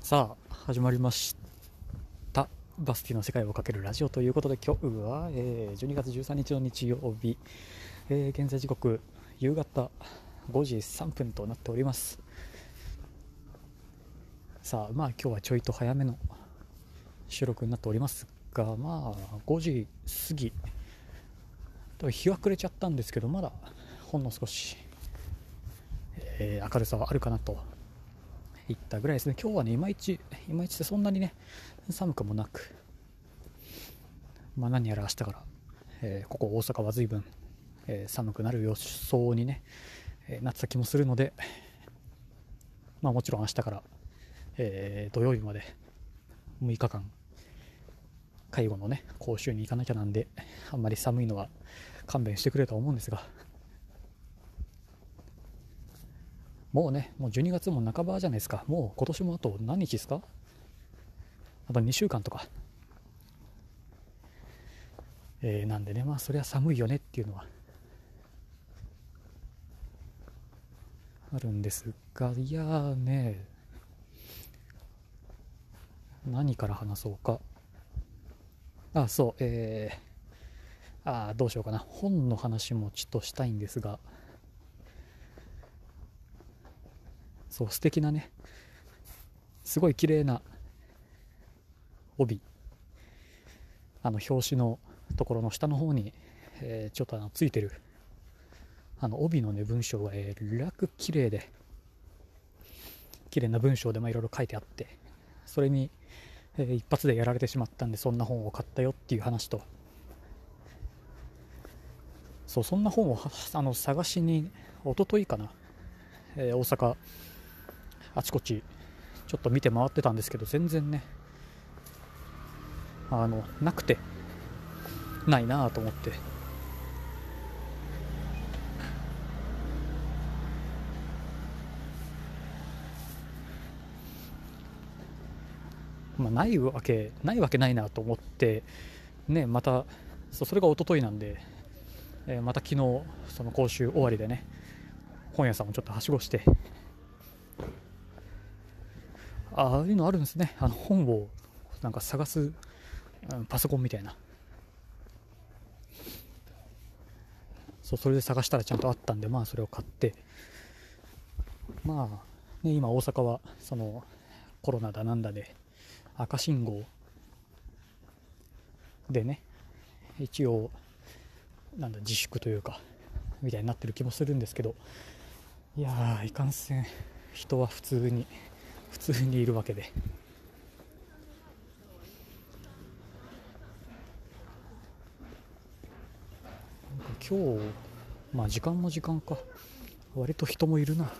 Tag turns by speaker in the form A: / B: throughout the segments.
A: さあ始まりましたバスティの世界をかけるラジオということで、今日は、12月13日の日曜日、現在時刻夕方5時3分となっております。さあ今日はちょいと早めの収録になっておりますが、5時過ぎ、日は暮れちゃったんですけど、まだほんの少し、明るさはあるかなといったぐらいですね。今日はね、いまいちでそんなにね寒くもなく、何やら明日から、ここ大阪は随分、寒くなる予想にね、なってた気もするので、もちろん明日から、土曜日まで6日間介護のね講習に行かなきゃなんで、あんまり寒いのは勘弁してくれとは思うんですが、もう12月も半ばじゃないですか。もう今年もあと何日ですか。あと2週間とか、なんでね、そりゃ寒いよねっていうのはあるんですが、いやーね、何から話そうか。そう、どうしようかな。本の話もちょっとしたいんですが、そう、素敵なね、すごい綺麗な帯、表紙のところの下の方に、ちょっとついてる帯のね文章が、楽綺麗で、綺麗な文章でいろいろ書いてあって、それに、一発でやられてしまったんで、そんな本を買ったよっていう話と、そんな本を探しに一昨日かな、大阪あちこちちょっと見て回ってたんですけど、全然ねなくて、ないなと思って、ないわけないなと思ってね。またそれが一昨日なんで、また昨日その講習終わりでね、本屋さんをちょっとはしごして、ああいうのあるんですね、本をなんか探す、パソコンみたいな。それで探したらちゃんとあったんで、それを買って、今大阪はそのコロナだなんだで赤信号でね、一応自粛というかみたいになってる気もするんですけど、いやー、いかんせん人は普通にいるわけで、今日時間も時間か、割と人もいるな。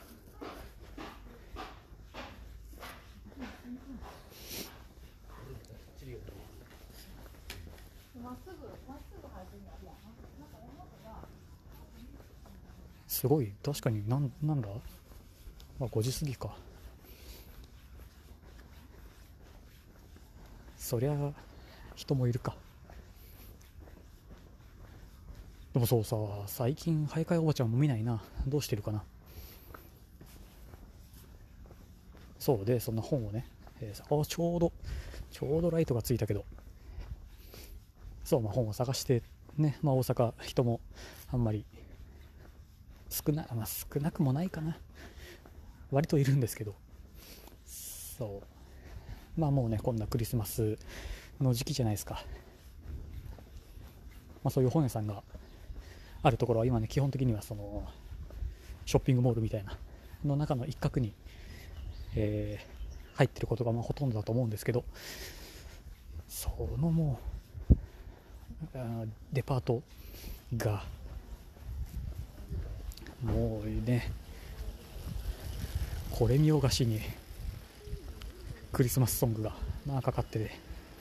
A: すごい、確かになんだ、5時過ぎか。そりゃ人もいるか。でもそうさ、最近徘徊おばちゃんも見ないな。どうしてるかな。そうで、そんな本をね、ちょうどライトがついたけど、そう、本を探してね、大阪人もあんまり少なくもないかな。割といるんですけど、そうもうね、こんなクリスマスの時期じゃないですか。そういう本屋さんがあるところは今ね、基本的にはそのショッピングモールみたいなの中の一角に、入ってることがほとんどだと思うんですけど、そのもうデパートがもうね、これ見よがしにクリスマスソングがかかってて、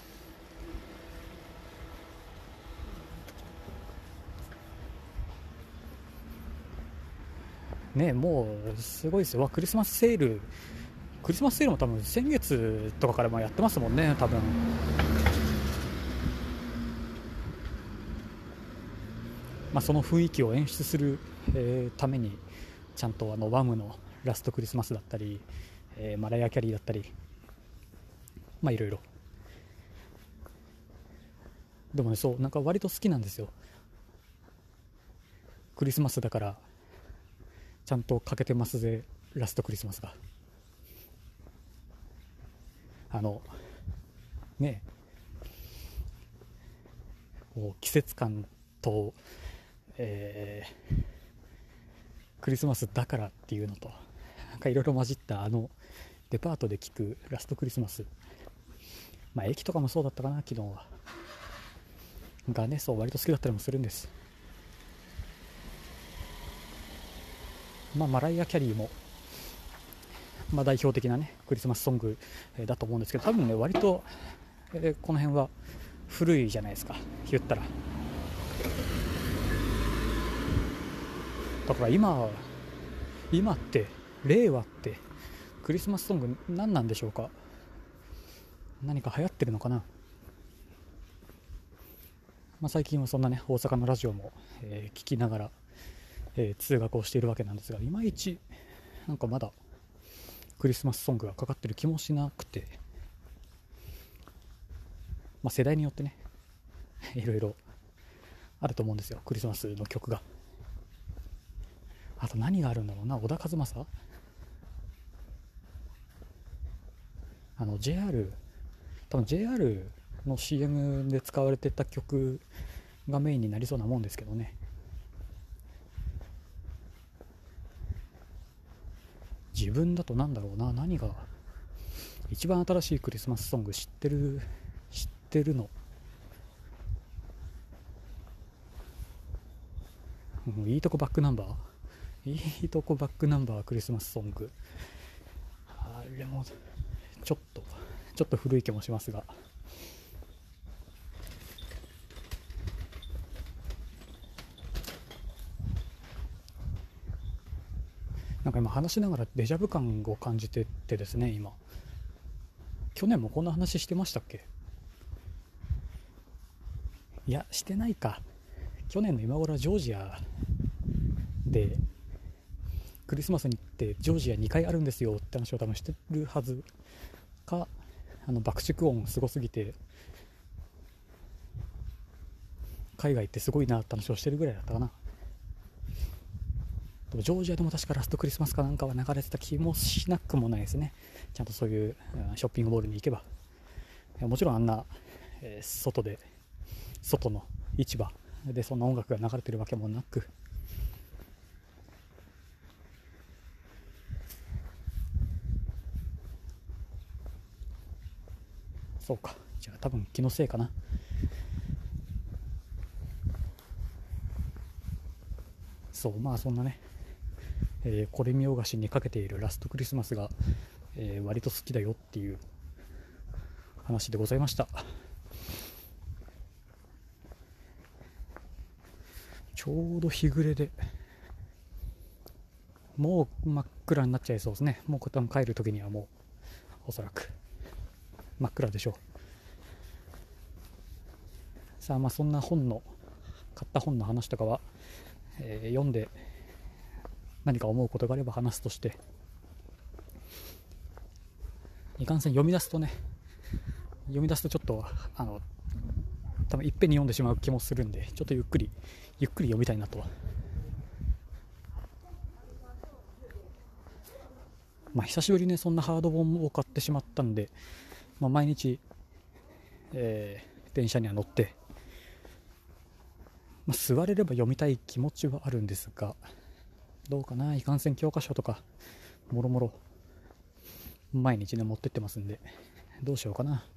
A: ね、もうすごいですよ。クリスマスセールも多分先月とかからやってますもんね、多分。その雰囲気を演出する、ためにちゃんとワムのラストクリスマスだったり、マライア・キャリーだったり、 まあいろいろ。でもね、そうなんか割と好きなんですよ。クリスマスだからちゃんとかけてますぜ、ラストクリスマスが。ね季節感と、クリスマスだからっていうのとなんかいろいろ混じったデパートで聴くラストクリスマス、まあ駅とかもそうだったかな、昨日はがね、そう割と好きだったりもするんです。まあマライア・キャリーも、まあ、代表的なねクリスマスソングだと思うんですけど、多分ね割と、この辺は古いじゃないですか、言ったら。だから今って令和ってクリスマスソング何なんでしょうか。何か流行ってるのかな。まあ、最近はそんなね大阪のラジオも、聞きながら、通学をしているわけなんですが、いまいちなんかまだクリスマスソングがかかってる気もしなくて、まあ、世代によってねいろいろあると思うんですよ、クリスマスの曲が。あと何があるんだろうな、小田和正、JR、多分 JR の CM で使われてた曲がメインになりそうなもんですけどね。自分だとなんだろうな、何が一番新しいクリスマスソング知ってるの、いいとこバックナンバー、いいとこバックナンバークリスマスソング、あれもちょっと古い気もしますが、なんか今話しながらデジャブ感を感じててですね、今去年もこんな話してましたっけ。いやしてないか。去年の今頃はジョージアでクリスマスに行ってジョージア2回あるんですよって話を多分してるはずか、爆竹音すごすぎて海外ってすごいなって話をしてるぐらいだったかな。でもジョージアでも確かラストクリスマスかなんかは流れてた気もしなくもないですね。ちゃんとそういうショッピングモールに行けば、もちろんあんな、外の市場でそんな音楽が流れてるわけもなく、そうか、じゃあ多分気のせいかな。そうまあそんなね、これ見よがしにかけているラストクリスマスが、割と好きだよっていう話でございました。ちょうど日暮れでもう真っ暗になっちゃいそうですね。もう多分帰る時にはもうおそらく真っ暗でしょう。さあまあそんな買った本の話とかは、読んで何か思うことがあれば話すとして、いかんせん読み出すとちょっと多分いっぺんに読んでしまう気もするんで、ちょっとゆっくり読みたいなと。まあ久しぶりにそんなハード本を買ってしまったんで、まあ、毎日、電車には乗って、まあ、座れれば読みたい気持ちはあるんですが、どうかな、いかんせん教科書とかもろもろ毎日ね持ってってますんで、どうしようかな。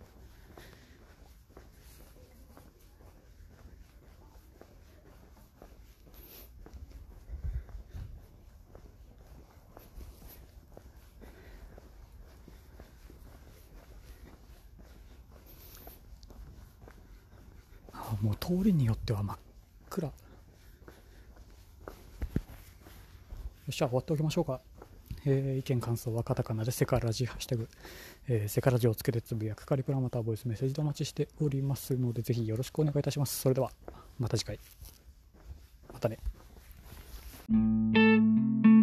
A: もう通りによっては真っ暗。よっしゃ終わっておきましょうか。意見感想はカタカナでセカラジハッシュタグ、セカラジをつけてつぶやくかリプラまたはボイスメッセージでお待ちしておりますので、ぜひよろしくお願いいたします。それではまた次回、またね。